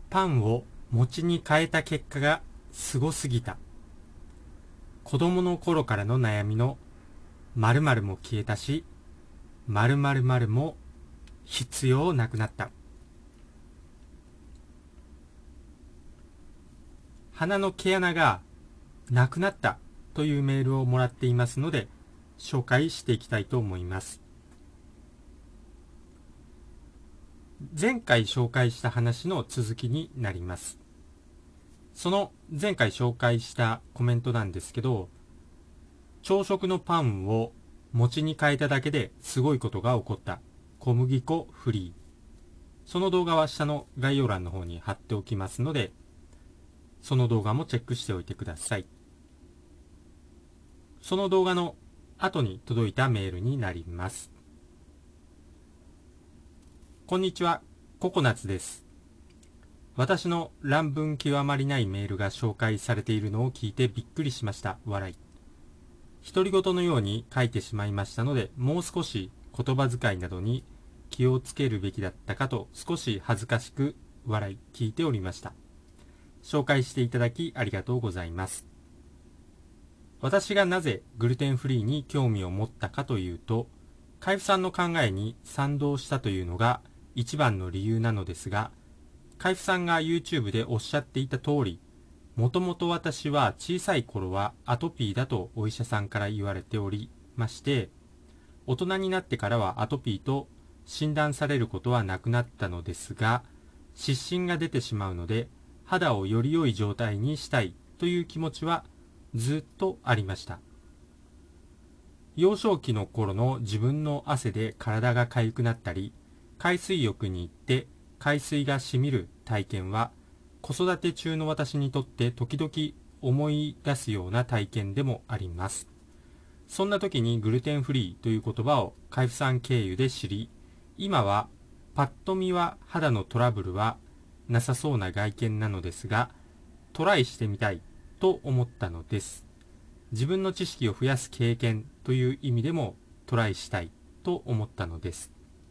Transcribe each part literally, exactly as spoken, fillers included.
パンを餅に変えた結果がすごすぎた。子供の頃からの悩みの〇〇も消えたし、〇〇〇も必要なくなった。鼻の毛穴がなくなったというメールをもらっていますので、紹介していきたいと思います。前回紹介した話の続きになります。その前回紹介したコメントなんですけど、朝食のパンを餅に変えただけですごいことが起こった。小麦粉フリー。その動画は下の概要欄の方に貼っておきますので、その動画もチェックしておいてください。その動画の後に届いたメールになります。こんにちは、ココナッツです。私の乱文極まりないメールが紹介されているのを聞いてびっくりしました。笑い。独り言のように書いてしまいましたので、もう少し言葉遣いなどに気をつけるべきだったかと少し恥ずかしく笑い聞いておりました。紹介していただきありがとうございます。私がなぜグルテンフリーに興味を持ったかというと、海部さんの考えに賛同したというのが一番の理由なのですが、海部さんが YouTube でおっしゃっていた通り、もともと私は小さい頃はアトピーだとお医者さんから言われておりまして、大人になってからはアトピーと診断されることはなくなったのですが、湿疹が出てしまうので肌をより良い状態にしたいという気持ちはずっとありました。幼少期の頃の自分の汗で体が痒くなったり、海水浴に行って海水がしみる体験は、子育て中の私にとって時々思い出すような体験でもあります。そんな時にグルテンフリーという言葉を海部さん経由で知り、今はパッと見は肌のトラブルはなさそうな外見なのですが、トライしてみたいと思ったのです。自分の知識を増やす経験という意味でもトライしたいと思ったのです。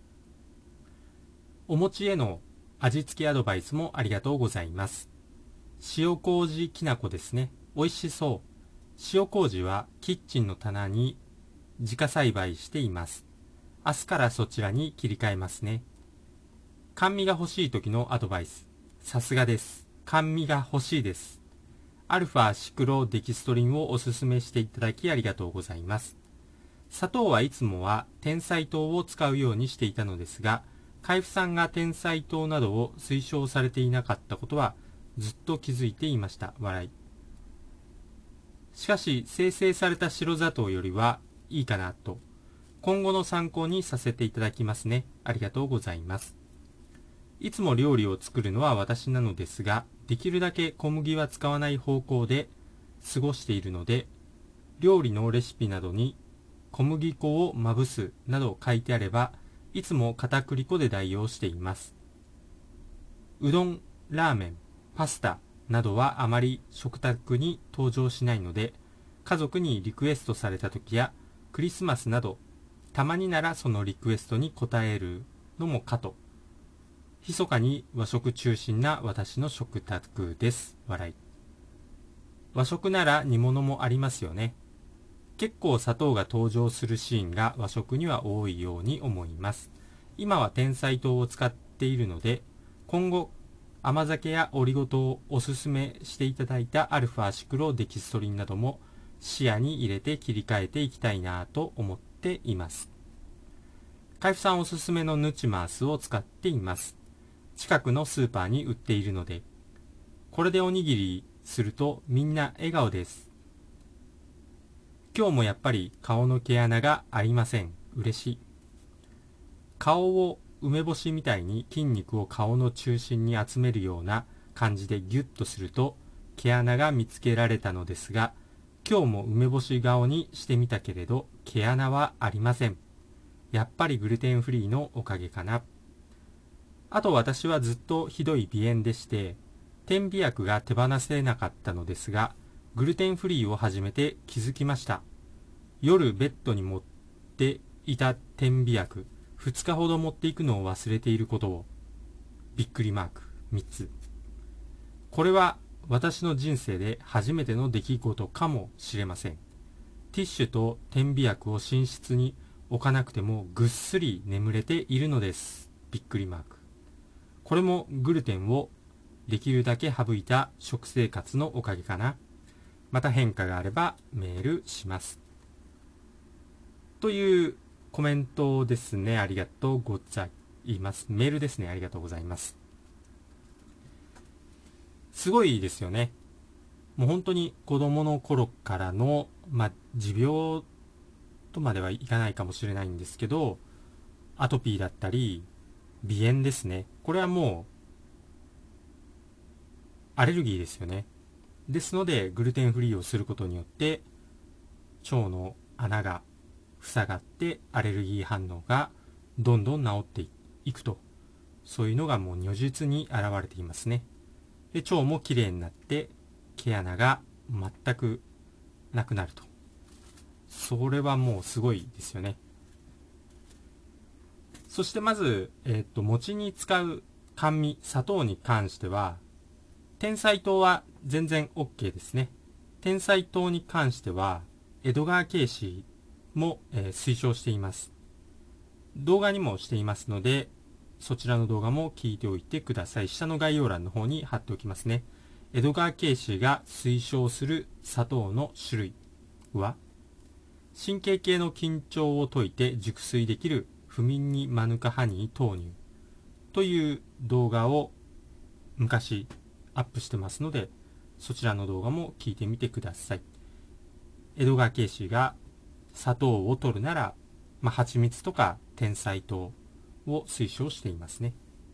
お餅への味付けアドバイスもありがとうございます。塩麹きな粉ですね。美味しそう。塩麹はキッチンの棚に自家栽培しています。明日からそちらに切り替えますね。甘味が欲しい時のアドバイス。さすがです。甘味が欲しいです。アルファシクロデキストリンをおすすめしていただきありがとうございます。砂糖はいつもは天才糖を使うようにしていたのですが、海部さんが天才糖などを推奨されていなかったことはずっと気づいていました。笑い。しかし精製された白砂糖よりはいいかなと、今後の参考にさせていただきますね。ありがとうございます。いつも料理を作るのは私なのですが、できるだけ小麦は使わない方向で過ごしているので、料理のレシピなどに小麦粉をまぶすなど書いてあれば、いつも片栗粉で代用しています。うどん、ラーメン、パスタなどはあまり食卓に登場しないので、家族にリクエストされた時やクリスマスなど、たまにならそのリクエストに応えるのもかと、密かに和食中心な私の食卓です。笑い。和食なら煮物もありますよね。結構砂糖が登場するシーンが和食には多いように思います。今は天才糖を使っているので、今後甘酒やオリゴ糖をおすすめしていただいたアルファシクロデキストリンなども視野に入れて切り替えていきたいなと思っています。海部さんおすすめのヌチマースを使っています。近くのスーパーに売っているので、これでおにぎりするとみんな笑顔です。今日もやっぱり顔の毛穴がありません。嬉しい。顔を梅干しみたいに筋肉を顔の中心に集めるような感じでギュッとすると毛穴が見つけられたのですが、今日も梅干し顔にしてみたけれど毛穴はありません。やっぱりグルテンフリーのおかげかな。あと私はずっとひどい鼻炎でして、点鼻薬が手放せなかったのですが、グルテンフリーを始めて気づきました。夜ベッドに持っていた点鼻薬、ふつかほど持っていくのを忘れていることを。びっくりマークみっつ。 これは私の人生で初めての出来事かもしれません。ティッシュと点鼻薬を寝室に置かなくてもぐっすり眠れているのです。びっくりマーク。これもグルテンをできるだけ省いた食生活のおかげかな。また変化があればメールします。というコメントですね。ありがとうございます。メールですね。ありがとうございます。すごいですよね。もう本当に子供の頃からの、まあ、持病とまではいかないかもしれないんですけど、アトピーだったり、鼻炎ですね。これはもう、アレルギーですよね。ですので、グルテンフリーをすることによって、腸の穴が塞がって、アレルギー反応がどんどん治っていくと。そういうのがもう如実に現れていますね。で、腸もきれいになって、毛穴が全くなくなると。それはもうすごいですよね。そしてまず、えっと、餅に使う甘味、砂糖に関しては、天才糖は全然 OK ですね。天才糖に関しては、江戸川慶氏も、えー推奨しています。動画にもしていますので、そちらの動画も聞いておいてください。下の概要欄の方に貼っておきますね。江戸川慶氏が推奨する砂糖の種類は、神経系の緊張を解いて熟睡できる不眠にマヌカハニー豆乳という動画を昔アップしてますので、そちらの動画も聞いてみてください。江戸川慶氏が砂糖を取るなら、まあ、蜂蜜とか天才糖を推奨していますね。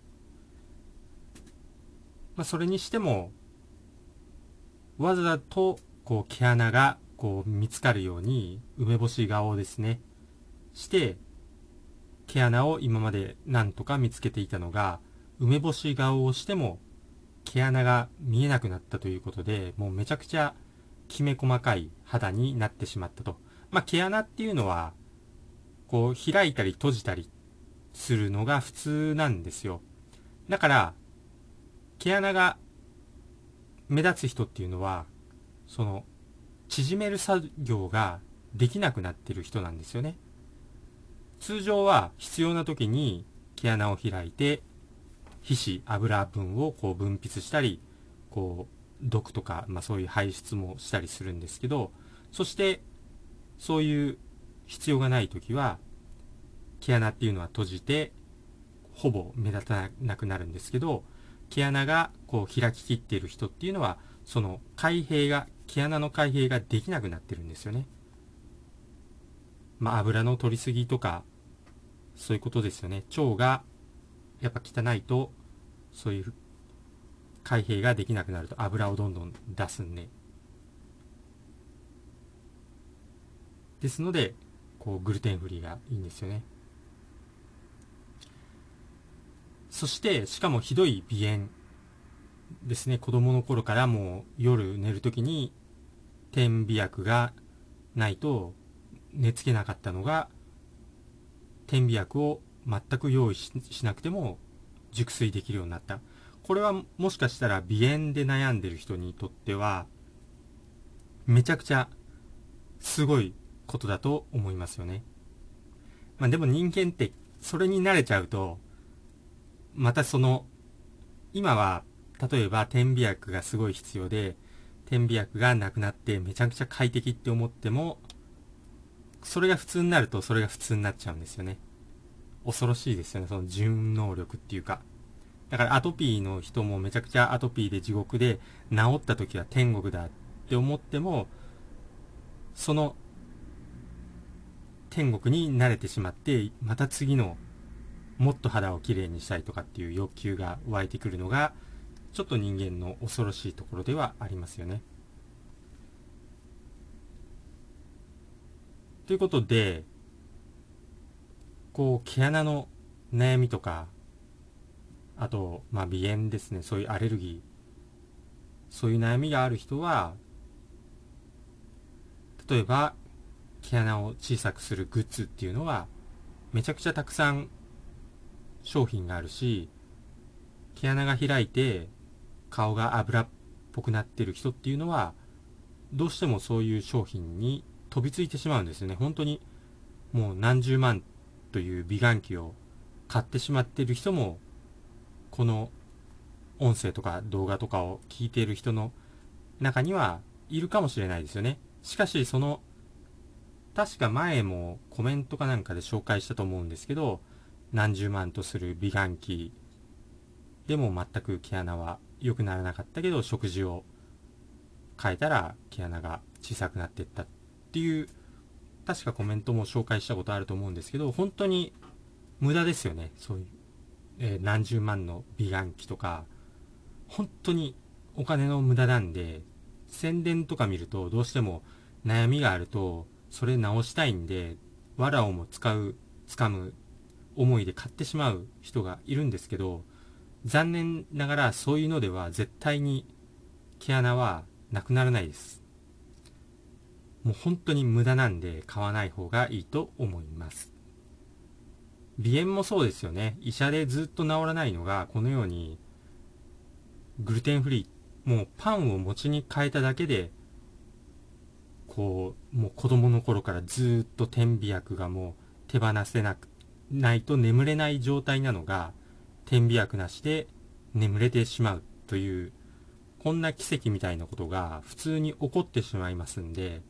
まあ、それにしても、わざとこう毛穴がこう見つかるように梅干し顔ですね。して、毛穴を今まで何とか見つけていたのが、梅干し顔をしても毛穴が見えなくなったということで、もうめちゃくちゃきめ細かい肌になってしまったと。まあ、毛穴っていうのは、こう開いたり閉じたりするのが普通なんですよ。だから、毛穴が目立つ人っていうのは、その、縮める作業ができなくなってる人なんですよね。通常は必要な時に毛穴を開いて、皮脂、油分をこう分泌したり、こう、毒とか、まあそういう排出もしたりするんですけど、そして、そういう必要がない時は、毛穴っていうのは閉じて、ほぼ目立たなくなるんですけど、毛穴がこう開ききっている人っていうのは、その開閉が、毛穴の開閉ができなくなってるんですよね。まあ油の取りすぎとか、そういうことですよね。腸がやっぱ汚いと、そういう開閉ができなくなると油をどんどん出すんで。ですので、こうグルテンフリーがいいんですよね。そして、しかもひどい鼻炎ですね。子供の頃からもう夜寝るときに点鼻薬がないと寝つけなかったのが、点鼻薬を全く用意 し, しなくても熟睡できるようになった。これはもしかしたら鼻炎で悩んでる人にとってはめちゃくちゃすごいことだと思いますよね。まあでも人間ってそれに慣れちゃうと、またその今は例えば点鼻薬がすごい必要で、点鼻薬がなくなってめちゃくちゃ快適って思っても、それが普通になるとそれが普通になっちゃうんですよね。恐ろしいですよね、その順能力っていうか。だからアトピーの人もめちゃくちゃアトピーで地獄で、治った時は天国だって思っても、その天国に慣れてしまって、また次のもっと肌をきれいにしたいとかっていう欲求が湧いてくるのが、ちょっと人間の恐ろしいところではありますよね。ということで、こう毛穴の悩みとか、あと、まあ、鼻炎ですね、そういうアレルギー、そういう悩みがある人は、例えば毛穴を小さくするグッズっていうのはめちゃくちゃたくさん商品があるし、毛穴が開いて顔が油っぽくなってる人っていうのはどうしてもそういう商品に飛びついてしまうんですよね。本当にもう何十万という美顔器を買ってしまっている人も、この音声とか動画とかを聞いている人の中にはいるかもしれないですよね。しかしその、確か前もコメントかなんかで紹介したと思うんですけど、何十万とする美顔器でも全く毛穴は良くならなかったけど、食事を変えたら毛穴が小さくなっていったっていう、確かコメントも紹介したことあると思うんですけど、本当に無駄ですよね。そういう、えー何十万の美顔器とか、本当にお金の無駄なんで、宣伝とか見るとどうしても悩みがあると、それ直したいんで、藁をも使う、掴む思いで買ってしまう人がいるんですけど、残念ながらそういうのでは絶対に毛穴はなくならないです。もう本当に無駄なんで買わない方がいいと思います。鼻炎もそうですよね。医者でずっと治らないのが、このようにグルテンフリー、もうパンを餅に変えただけで、こう、もう子供の頃からずっと点鼻薬がもう手放せなく、ないと眠れない状態なのが、点鼻薬なしで眠れてしまうという、こんな奇跡みたいなことが普通に起こってしまいますんで、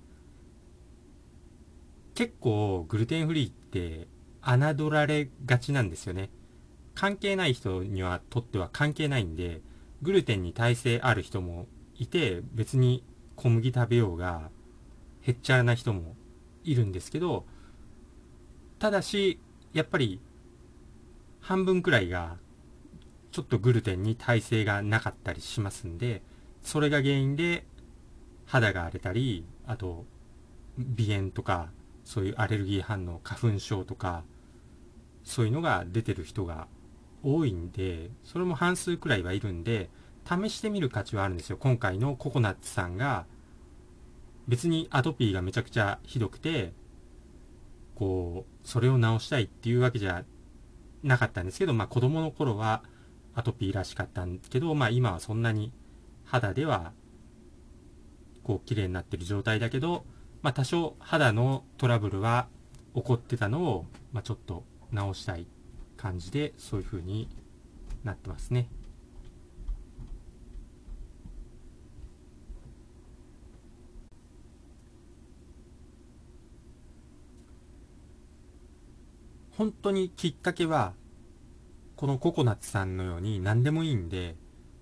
結構グルテンフリーって侮られがちなんですよね。関係ない人にはとっては関係ないんで、グルテンに耐性ある人もいて、別に小麦食べようがへっちゃらな人もいるんですけど、ただしやっぱり半分くらいがちょっとグルテンに耐性がなかったりしますんで、それが原因で肌が荒れたり、あと鼻炎とかそういうアレルギー反応、花粉症とかそういうのが出てる人が多いんで、それも半数くらいはいるんで、試してみる価値はあるんですよ。今回のココナッツさんが、別にアトピーがめちゃくちゃひどくて、こう、それを治したいっていうわけじゃなかったんですけど、まあ子供の頃はアトピーらしかったんですけど、まあ今はそんなに肌では、こう、綺麗になってる状態だけど、まあ多少肌のトラブルは起こってたのを、まあちょっと直したい感じで、そういう風になってますね。本当にきっかけは、このココナッツさんのように何でもいいんで、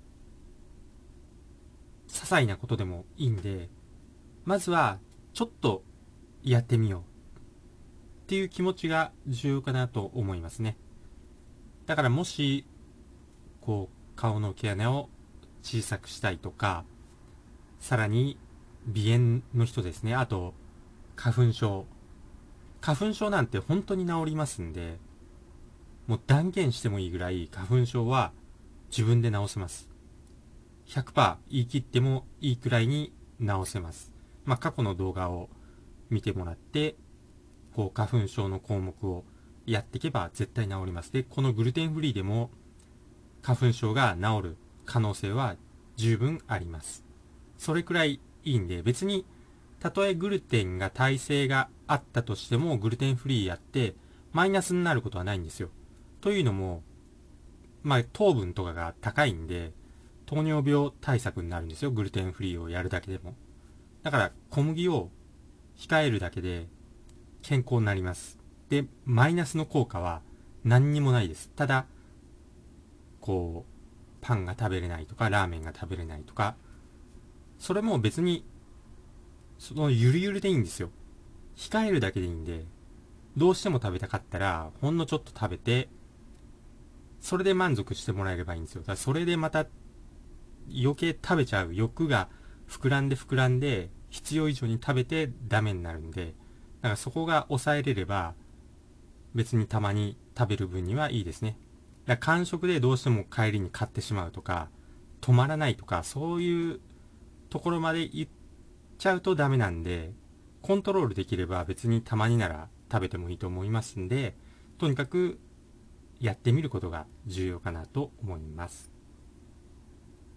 些細なことでもいいんで、まずはちょっとやってみようっていう気持ちが重要かなと思いますね。だからもし、こう、顔の毛穴を小さくしたいとか、さらに鼻炎の人ですね。あと、花粉症。花粉症なんて本当に治りますんで、もう断言してもいいぐらい花粉症は自分で治せます。ひゃくパーセント言い切ってもいいくらいに治せます。まあ、過去の動画を見てもらって、こう、花粉症の項目をやっていけば絶対治ります。で、このグルテンフリーでも花粉症が治る可能性は十分あります。それくらいいいんで、別に、たとえグルテンが耐性があったとしても、グルテンフリーやって、マイナスになることはないんですよ。というのも、まあ、糖分とかが高いんで、糖尿病対策になるんですよ。グルテンフリーをやるだけでも。だから、小麦を控えるだけで健康になります。で、マイナスの効果は何にもないです。ただ、こう、パンが食べれないとか、ラーメンが食べれないとか、それも別に、そのゆるゆるでいいんですよ。控えるだけでいいんで、どうしても食べたかったら、ほんのちょっと食べて、それで満足してもらえればいいんですよ。だからそれでまた余計食べちゃう欲が膨らんで膨らんで、必要以上に食べてダメになるんで、だからそこが抑えれれば、別にたまに食べる分にはいいですね。だから間食でどうしても帰りに買ってしまうとか、止まらないとか、そういうところまで行っちゃうとダメなんで、コントロールできれば別にたまになら食べてもいいと思いますんで、とにかくやってみることが重要かなと思います。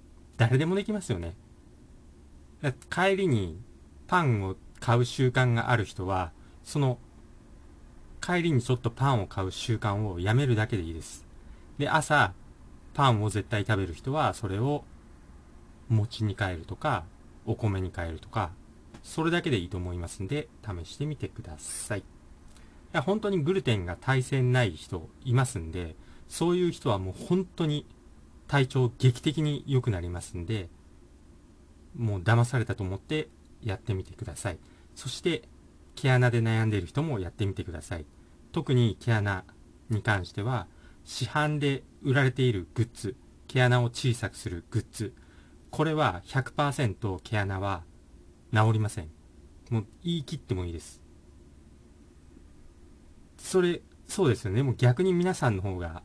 誰でもできますよね。帰りにパンを買う習慣がある人は、その帰りにちょっとパンを買う習慣をやめるだけでいいです。で、朝、パンを絶対食べる人は、それを餅に変えるとか、お米に変えるとか、それだけでいいと思いますんで、試してみてください。いや、本当にグルテンが耐性ない人いますんで、そういう人はもう本当に体調劇的に良くなりますんで、もう騙されたと思ってやってみてください。そして、毛穴で悩んでいる人もやってみてください。特に毛穴に関しては、市販で売られているグッズ、毛穴を小さくするグッズ、これは ひゃくパーセント 毛穴は治りません。もう言い切ってもいいです。それ、そうですよね。もう逆に皆さんの方が、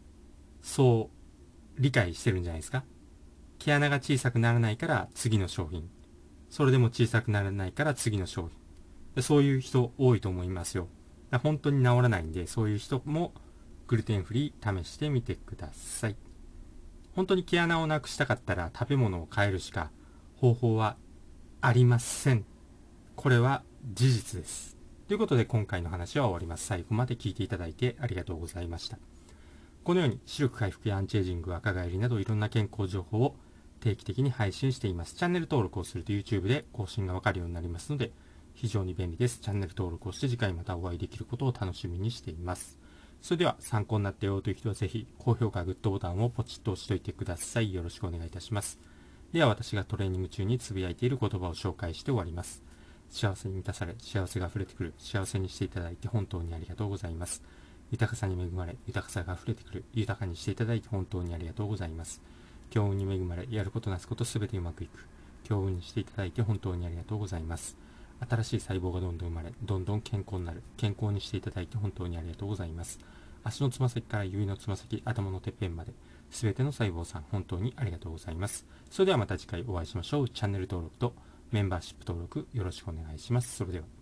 そう理解してるんじゃないですか。毛穴が小さくならないから次の商品。それでも小さくならないから次の商品。そういう人多いと思いますよ。本当に治らないんで、そういう人もグルテンフリー試してみてください。本当に毛穴をなくしたかったら食べ物を変えるしか方法はありません。これは事実です。ということで今回の話は終わります。最後まで聞いていただいてありがとうございました。このように視力回復やアンチエイジング、若返りなどいろんな健康情報を定期的に配信しています。チャンネル登録をすると YouTube で更新がわかるようになりますので非常に便利です。チャンネル登録をして次回またお会いできることを楽しみにしています。それでは参考になったよという人はぜひ高評価、グッドボタンをポチッと押しておいてください。よろしくお願いいたします。では私がトレーニング中につぶやいている言葉を紹介して終わります。幸せに満たされ、幸せが溢れてくる、幸せにしていただいて本当にありがとうございます。豊かさに恵まれ、豊かさが溢れてくる、豊かにしていただいて本当にありがとうございます。強運に恵まれ、やることなすことすべてうまくいく、強運にしていただいて本当にありがとうございます。新しい細胞がどんどん生まれ、どんどん健康になる、健康にしていただいて本当にありがとうございます。足のつま先から指のつま先、頭のてっぺんまで、すべての細胞さん本当にありがとうございます。それではまた次回お会いしましょう。チャンネル登録とメンバーシップ登録よろしくお願いします。それでは。